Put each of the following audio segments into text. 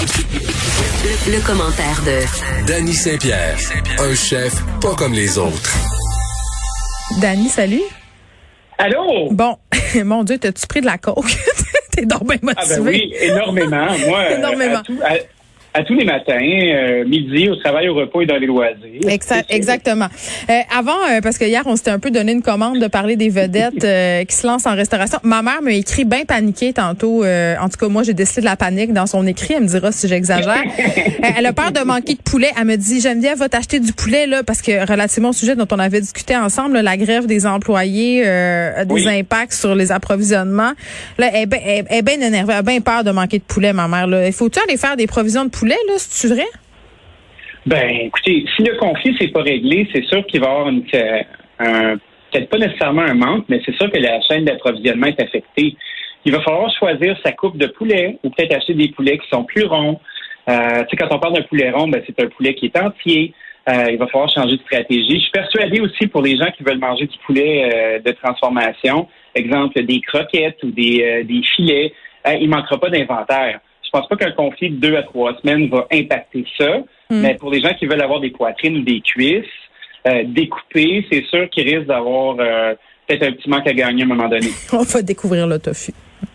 Le commentaire de Dany Saint-Pierre, un chef pas comme les autres. Dany, salut. Allô? Bon, mon Dieu, t'as-tu pris de la coke? T'es donc bien motivé. Ah ben oui, énormément. Moi, énormément. À tous les matins, midi, au travail, au repos et dans les loisirs. Exactement. Avant, parce que hier, on s'était un peu donné une commande de parler des vedettes qui se lancent en restauration. Ma mère m'a écrit bien paniquée tantôt. En tout cas, moi, j'ai décelé de la panique dans son écrit. Elle me dira si j'exagère. Elle a peur de manquer de poulet. Elle me dit, Geneviève, va t'acheter du poulet, là, parce que relativement au sujet dont on avait discuté ensemble, là, la grève des employés a des impacts sur les approvisionnements. Là, elle est bien énervée. Elle a bien peur de manquer de poulet, ma mère. Là. Faut-tu aller faire des provisions de poulet? Là, c'est-tu vrai? Ben, écoutez, si le conflit s'est pas réglé, c'est sûr qu'il va y avoir peut-être pas nécessairement un manque, mais c'est sûr que la chaîne d'approvisionnement est affectée. Il va falloir choisir sa coupe de poulet ou peut-être acheter des poulets qui sont plus ronds. Tu sais, quand on parle d'un poulet rond, ben, c'est un poulet qui est entier. Il va falloir changer de stratégie. Je suis persuadée aussi pour les gens qui veulent manger du poulet de transformation, exemple des croquettes ou des filets, il manquera pas d'inventaire. Je pense pas qu'un conflit de 2 à 3 semaines va impacter ça, mais pour les gens qui veulent avoir des poitrines ou des cuisses découpées, c'est sûr qu'ils risquent d'avoir peut-être un petit manque à gagner à un moment donné. On va découvrir le tofu.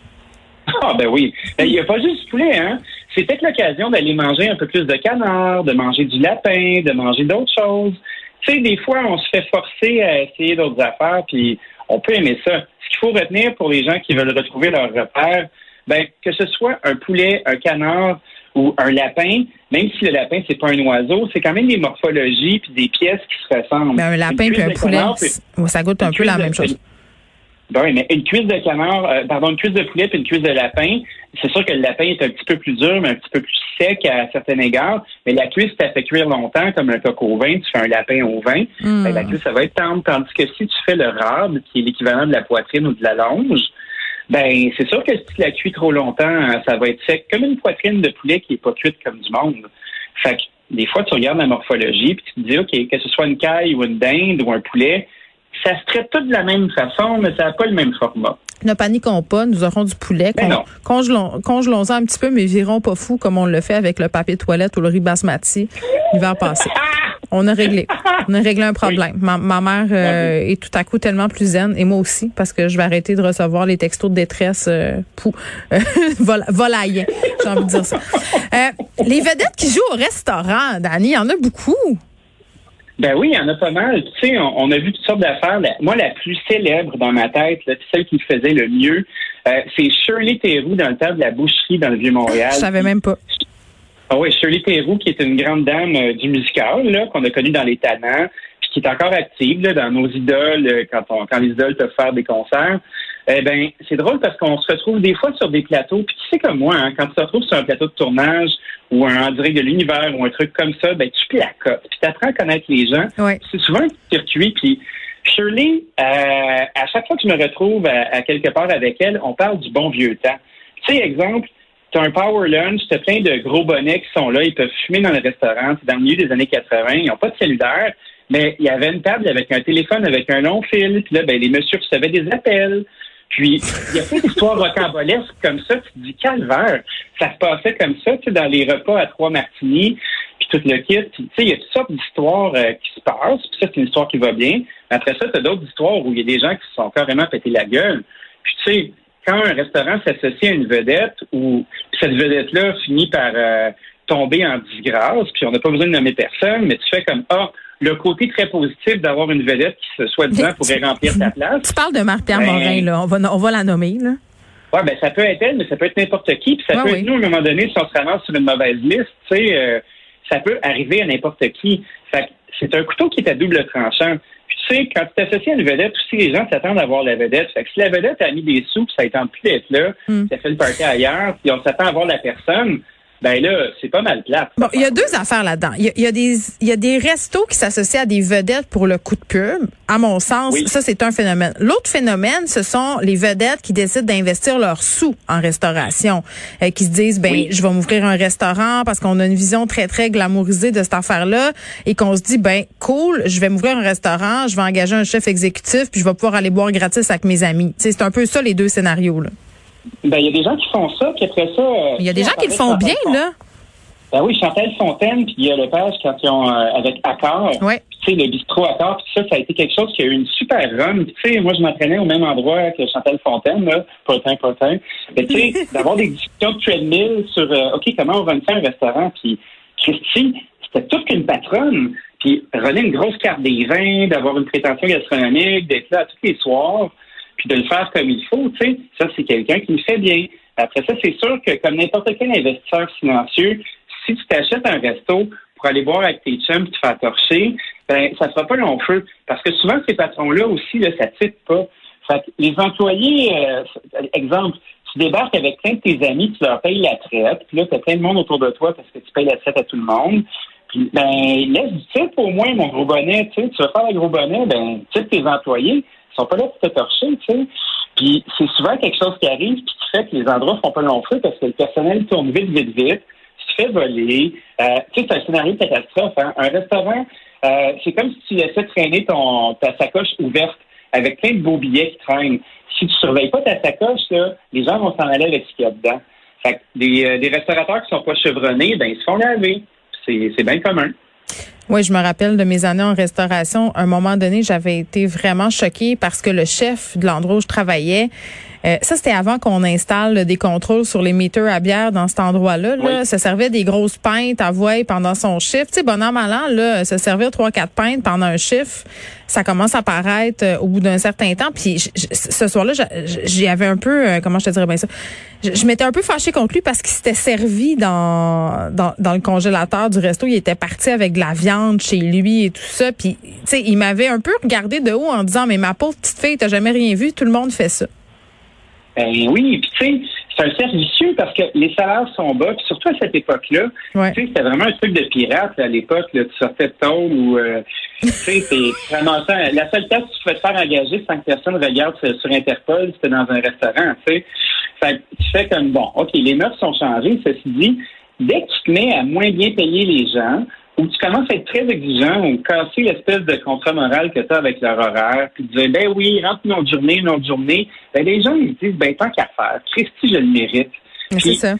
Ah ben oui. Ben, il n'y a pas juste du poulet, hein. C'est peut-être l'occasion d'aller manger un peu plus de canard, de manger du lapin, de manger d'autres choses. Tu sais, des fois, on se fait forcer à essayer d'autres affaires, puis on peut aimer ça. Ce qu'il faut retenir pour les gens qui veulent retrouver leur repère, ben, que ce soit un poulet, un canard ou un lapin, même si le lapin, c'est pas un oiseau, c'est quand même des morphologies puis des pièces qui se ressemblent. Ben, un lapin puis un poulet, ça goûte un peu la même chose. Ben oui, mais une cuisse de canard, une cuisse de poulet puis une cuisse de lapin, c'est sûr que le lapin est un petit peu plus dur, mais un petit peu plus sec à certains égards. Mais la cuisse, ça fait cuire longtemps, comme un coq au vin, tu fais un lapin au vin, ben, la cuisse, ça va être tendre. Tandis que si tu fais le rab, qui est l'équivalent de la poitrine ou de la longe, ben, c'est sûr que si tu la cuis trop longtemps, ça va être sec, comme une poitrine de poulet qui est pas cuite comme du monde. Fait que, des fois, tu regardes la morphologie puis tu te dis, OK, que ce soit une caille ou une dinde ou un poulet, ça se traite tout de la même façon, mais ça n'a pas le même format. Ne paniquons pas, nous aurons du poulet. Congelons-en un petit peu, mais virons pas fou comme on le fait avec le papier toilette ou le riz basmati l'hiver passé. On a réglé un problème. Oui. Ma mère est tout à coup tellement plus zen, et moi aussi, parce que je vais arrêter de recevoir les textos de détresse volaillants. J'ai envie de dire ça. Les vedettes qui jouent au restaurant, Dany, il y en a beaucoup. Ben oui, il y en a pas mal. Tu sais, on a vu toutes sortes d'affaires. Moi, la plus célèbre dans ma tête, là, celle qui le faisait le mieux, c'est Shirley Théroux dans le temps de la boucherie dans le Vieux-Montréal. Je savais même pas. Ah oui, Shirley Théroux, qui est une grande dame du musical, là, qu'on a connue dans Les Tannants, puis qui est encore active là, dans nos idoles, quand les idoles peuvent faire des concerts. Eh ben, c'est drôle parce qu'on se retrouve des fois sur des plateaux, puis tu sais comme moi, hein, quand tu te retrouves sur un plateau de tournage ou en direct de l'univers ou un truc comme ça, ben tu placotes, puis tu apprends à connaître les gens. Ouais. C'est souvent un circuit, puis Shirley, à chaque fois que je me retrouve à quelque part avec elle, on parle du bon vieux temps. Tu sais, exemple, tu as un power lunch, tu as plein de gros bonnets qui sont là, ils peuvent fumer dans le restaurant, c'est dans le milieu des années 80, ils n'ont pas de cellulaire, mais il y avait une table avec un téléphone avec un long fil, puis là, ben les messieurs recevaient des appels. Puis, il y a plein d'histoires rocambolesques comme ça, tu te dis calvaire. Ça se passait comme ça, tu sais, dans les repas à 3 martinis, puis tout le kit. Tu sais, il y a toutes sortes d'histoires qui se passent, puis ça, c'est une histoire qui va bien. Mais après ça, tu as d'autres histoires où il y a des gens qui se sont carrément pété la gueule. Puis, tu sais, quand un restaurant s'associe à une vedette, ou cette vedette-là finit par tomber en disgrâce, puis on n'a pas besoin de nommer personne, mais tu fais comme, le côté très positif d'avoir une vedette qui, soi-disant, pourrait remplir ta place. Tu parles de Marie-Pierre Morin, là. On va la nommer, là. Oui, ben ça peut être elle, mais ça peut être n'importe qui. Puis ça peut être nous, à un moment donné, si on se ramasse sur une mauvaise liste, tu sais, ça peut arriver à n'importe qui. Fait que c'est un couteau qui est à double tranchant. Puis tu sais, quand tu t'associes à une vedette, aussi les gens s'attendent à voir la vedette. Fait que si la vedette a mis des sous, puis ça ne tente plus d'être là, ça fait le party ailleurs, puis on s'attend à voir la personne, ben là, c'est pas mal plate. Bon, il y a deux affaires là-dedans. Il y a des restos qui s'associent à des vedettes pour le coup de pub. À mon sens, ça, c'est un phénomène. L'autre phénomène, ce sont les vedettes qui décident d'investir leurs sous en restauration, qui se disent, je vais m'ouvrir un restaurant parce qu'on a une vision très, très glamourisée de cette affaire-là et qu'on se dit, cool, je vais m'ouvrir un restaurant, je vais engager un chef exécutif puis je vais pouvoir aller boire gratis avec mes amis. Tu sais, c'est un peu ça, les deux scénarios, là. Ben, il y a des gens qui font ça, puis après ça... Il y a des gens qui le font bien, là. Ben oui, Chantal Fontaine puis Guy Lepage, quand ils ont avec Accor, Ouais. tu sais, le bistrot Accor, puis ça a été quelque chose qui a eu une super run. Tu sais, moi, je m'entraînais au même endroit que Chantal Fontaine, là, potin. Mais tu sais, d'avoir des discussions de treadmill sur, OK, comment on va faire un restaurant, puis Christy, c'était toute qu'une patronne, puis runner une grosse carte des vins, d'avoir une prétention gastronomique, d'être là tous les soirs, puis de le faire comme il faut, tu sais, ça, c'est quelqu'un qui le fait bien. Après ça, c'est sûr que comme n'importe quel investisseur financier, si tu t'achètes un resto pour aller boire avec tes chums et te faire torcher, ben ça sera pas long feu. Parce que souvent, ces patrons-là aussi, là, ça titre pas. Fait que les employés, exemple, tu débarques avec plein de tes amis, tu leur payes la traite, puis là, tu as plein de monde autour de toi parce que tu payes la traite à tout le monde. Puis, ben, laisse du type au moins, mon gros bonnet, tu sais, tu vas faire le gros bonnet, ben, type tes employés, ils sont pas là pour te torcher, tu sais. Puis, c'est souvent quelque chose qui arrive, puis qui fait que les endroits font pas long feu parce que le personnel tourne vite. Tu te fais voler. Tu sais, c'est un scénario de catastrophe. Hein? Un restaurant, c'est comme si tu laissais traîner ta sacoche ouverte avec plein de beaux billets qui traînent. Si tu surveilles pas ta sacoche, là, les gens vont s'en aller avec ce qu'il y a dedans. Fait que des restaurateurs qui sont pas chevronnés, ben ils se font laver. C'est bien commun. Oui, je me rappelle de mes années en restauration. À un moment donné, j'avais été vraiment choquée parce que le chef de l'endroit où je travaillais, ça, c'était avant qu'on installe des contrôles sur les meters à bière dans cet endroit-là. Là. Oui. Ça servait des grosses pintes à voix pendant son chiffre. Tu sais, bon an, mal an, là, se servir 3-4 pintes pendant un chiffre, ça commence à paraître au bout d'un certain temps. Puis ce soir-là, j'y avais un peu, comment je te dirais bien ça, je m'étais un peu fâchée contre lui parce qu'il s'était servi dans le congélateur du resto. Il était parti avec de la viande chez lui et tout ça. Puis, tu sais, il m'avait un peu regardé de haut en disant, mais ma pauvre petite fille, t'as jamais rien vu, tout le monde fait ça. Ben oui, puis tu sais, c'est un cercle vicieux parce que les salaires sont bas, puis surtout à cette époque-là, Ouais. tu sais, c'était vraiment un truc de pirate là, à l'époque, là, tu sortais de tôle ou tu sais, c'est vraiment ça. La seule place où tu pouvais te faire engager sans que personne regarde sur Interpol, c'était dans un restaurant, tu sais. Fait que tu fais comme bon, OK, les mœurs sont changées, ceci dit, dès que tu te mets à moins bien payer les gens, ou tu commences à être très exigeant ou casser l'espèce de contrat moral que tu as avec leur horaire, puis dire, ben oui, rentre une autre journée, ben les gens, ils disent, ben tant qu'à faire, Christy, je le mérite. C'est ça.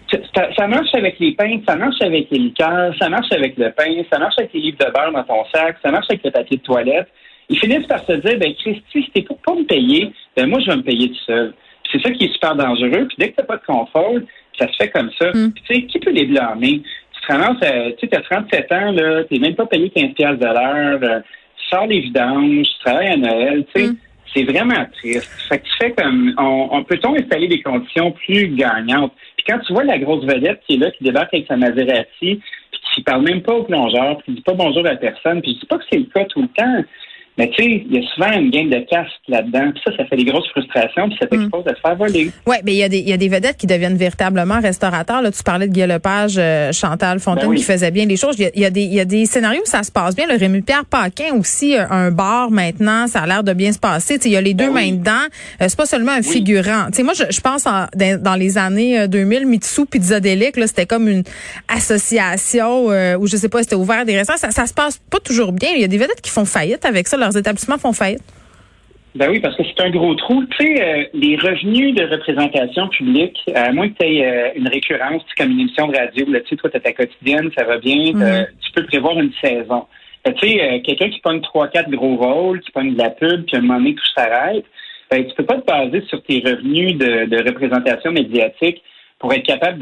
Ça marche avec les pains, ça marche avec les liqueurs, ça marche avec le pain, ça marche avec les livres de beurre dans ton sac, ça marche avec le papier de toilette. Ils finissent par se dire, ben Christy, si t'es pas me payer, ben moi, je vais me payer tout seul. Puis c'est ça qui est super dangereux. Puis dès que t'as pas de confort, ça se fait comme ça. Puis tu sais, qui peut les blâmer? Tu te ramasses, tu sais, t'as 37 ans, là, t'es même pas payé 15$ de l'heure, tu sors les vidanges, tu travailles à Noël, tu sais, c'est vraiment triste. Fait que tu fais comme, peut-on installer des conditions plus gagnantes? Puis quand tu vois la grosse vedette qui est là, qui débarque avec sa Maserati, puis qui parle même pas au plongeur, puis qui dit pas bonjour à personne, puis je dis pas que c'est le cas tout le temps, mais tu sais, il y a souvent une game de caste là-dedans. Puis ça fait des grosses frustrations, puis ça t'expose à se faire voler. Oui, mais il y a des vedettes qui deviennent véritablement restaurateurs. Là, tu parlais de Guy Lepage, Chantal Fontaine qui faisait bien les choses. Il y a des scénarios où ça se passe bien. Le Rémi-Pierre Paquin aussi, un bar maintenant, ça a l'air de bien se passer. Tu sais, il y a les deux mains dedans. C'est pas seulement un figurant. Tu sais, moi, je pense dans les années 2000, Mitsu Pizzadelic, là, c'était comme une association où je sais pas, c'était ouvert des restaurants. Ça se passe pas toujours bien. Il y a des vedettes qui font faillite avec ça. Leurs établissements font faillite. Ben oui, parce que c'est un gros trou. Tu sais, les revenus de représentation publique, à moins que tu aies une récurrence, comme une émission de radio, là, tu sais, toi, tu as ta quotidienne, ça va bien, tu peux prévoir une saison. Tu sais, quelqu'un qui pogne 3-4 gros rôles, qui pogne de la pub, puis à un moment donné, tout s'arrête, ben, tu peux pas te baser sur tes revenus de représentation médiatique pour être capable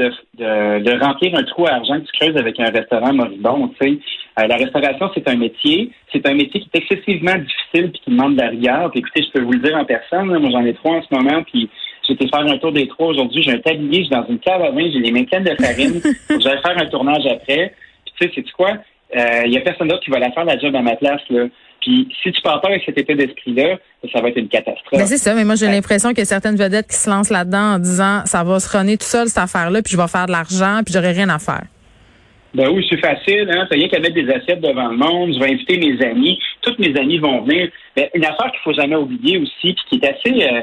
de remplir un trou à argent que tu creuses avec un restaurant moribond, tu sais. La restauration, c'est un métier qui est excessivement difficile puis qui demande de la rigueur. Puis écoutez, je peux vous le dire en personne, là, moi j'en ai 3 en ce moment, puis j'ai été faire un tour des 3 aujourd'hui, j'ai un tablier, je suis dans une cave à vin, j'ai les mains pleines de farine, faut que j'aille faire un tournage après. Puis tu sais, sais-tu quoi? Il y a personne d'autre qui va la faire la job à ma place, là. Puis si tu pars pas avec cet état d'esprit-là, ça va être une catastrophe. Ben c'est ça, mais moi j'ai l'impression qu'il y a certaines vedettes qui se lancent là-dedans en disant ça va se runner tout seul cette affaire-là, puis je vais faire de l'argent, puis j'aurai rien à faire. Ben oui, c'est facile, hein. T'as rien qu'à mettre des assiettes devant le monde, je vais inviter mes amis, tous mes amis vont venir. Ben, une affaire qu'il faut jamais oublier aussi, puis qui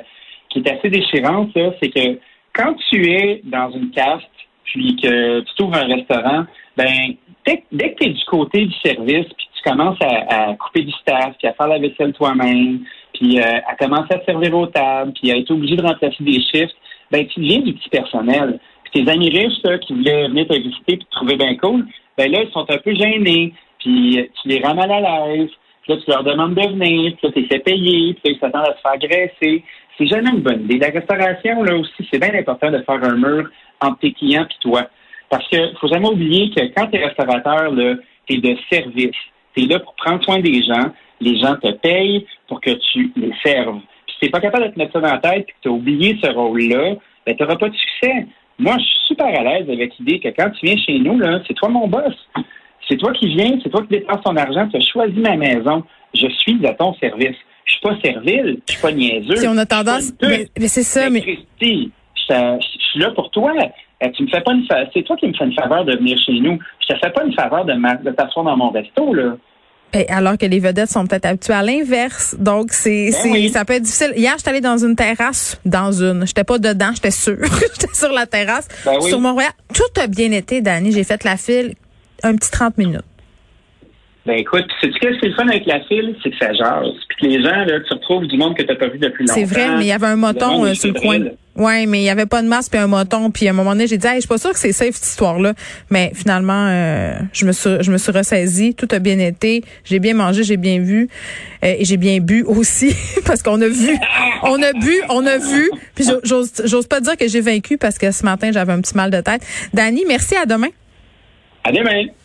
est assez déchirante, là, c'est que quand tu es dans une caste, puis que tu trouves un restaurant, ben dès que tu es du côté du service, puis tu commences à couper du staff, puis à faire la vaisselle toi-même, puis à commencer à servir aux tables, puis à être obligé de remplacer des chiffres, ben tu deviens du petit personnel. Puis tes amis riches là, qui voulaient venir te visiter et te trouver bien cool, ben là, ils sont un peu gênés, puis tu les rends mal à l'aise, puis là, tu leur demandes de venir, puis là, tu les fais payer, puis là, ils s'attendent à se faire graisser. C'est jamais une bonne idée. La restauration, là aussi, c'est bien important de faire un mur entre tes clients et toi. Parce que faut jamais oublier que quand tu es restaurateur, là, tu es de service. Tu es là pour prendre soin des gens. Les gens te payent pour que tu les serves. Puis si tu n'es pas capable de te mettre ça dans la tête et que tu as oublié ce rôle-là, ben, tu n'auras pas de succès. Moi, je suis super à l'aise avec l'idée que quand tu viens chez nous, là, c'est toi mon boss. C'est toi qui viens, c'est toi qui dépenses ton argent, tu as choisi ma maison. Je suis à ton service. Je suis pas servile, je suis pas niaiseux. Si on a tendance, mais c'est ça, mais Christy, je suis là pour toi. Tu me fais pas c'est toi qui me fais une faveur de venir chez nous. Je te fais pas une faveur de t'asseoir dans mon resto, là. Alors que les vedettes sont peut-être habituées à l'inverse. Donc, oui. ça peut être difficile. Hier, j'étais allée dans une terrasse, j'étais pas dedans, j'étais sûre. J'étais sur la terrasse, oui. sur Mont-Royal. Tout a bien été, Dani. J'ai fait la file un petit 30 minutes. Ben écoute, sais-tu qu'est-ce qui est le fun avec la file? C'est que ça jase. Puis que les gens, là, tu retrouves du monde que tu n'as pas vu depuis longtemps. C'est vrai, mais il y avait un moton sur le coin. Oui, mais il n'y avait pas de masque puis un moton. Puis à un moment donné, j'ai dit, hey, je suis pas sûre que c'est safe cette histoire-là. Mais finalement, je me suis ressaisie. Tout a bien été. J'ai bien mangé, j'ai bien vu. Et j'ai bien bu aussi. Parce qu'on a vu. On a vu. Puis j'ose pas dire que j'ai vaincu parce que ce matin, j'avais un petit mal de tête. Dani, merci, à demain. À demain.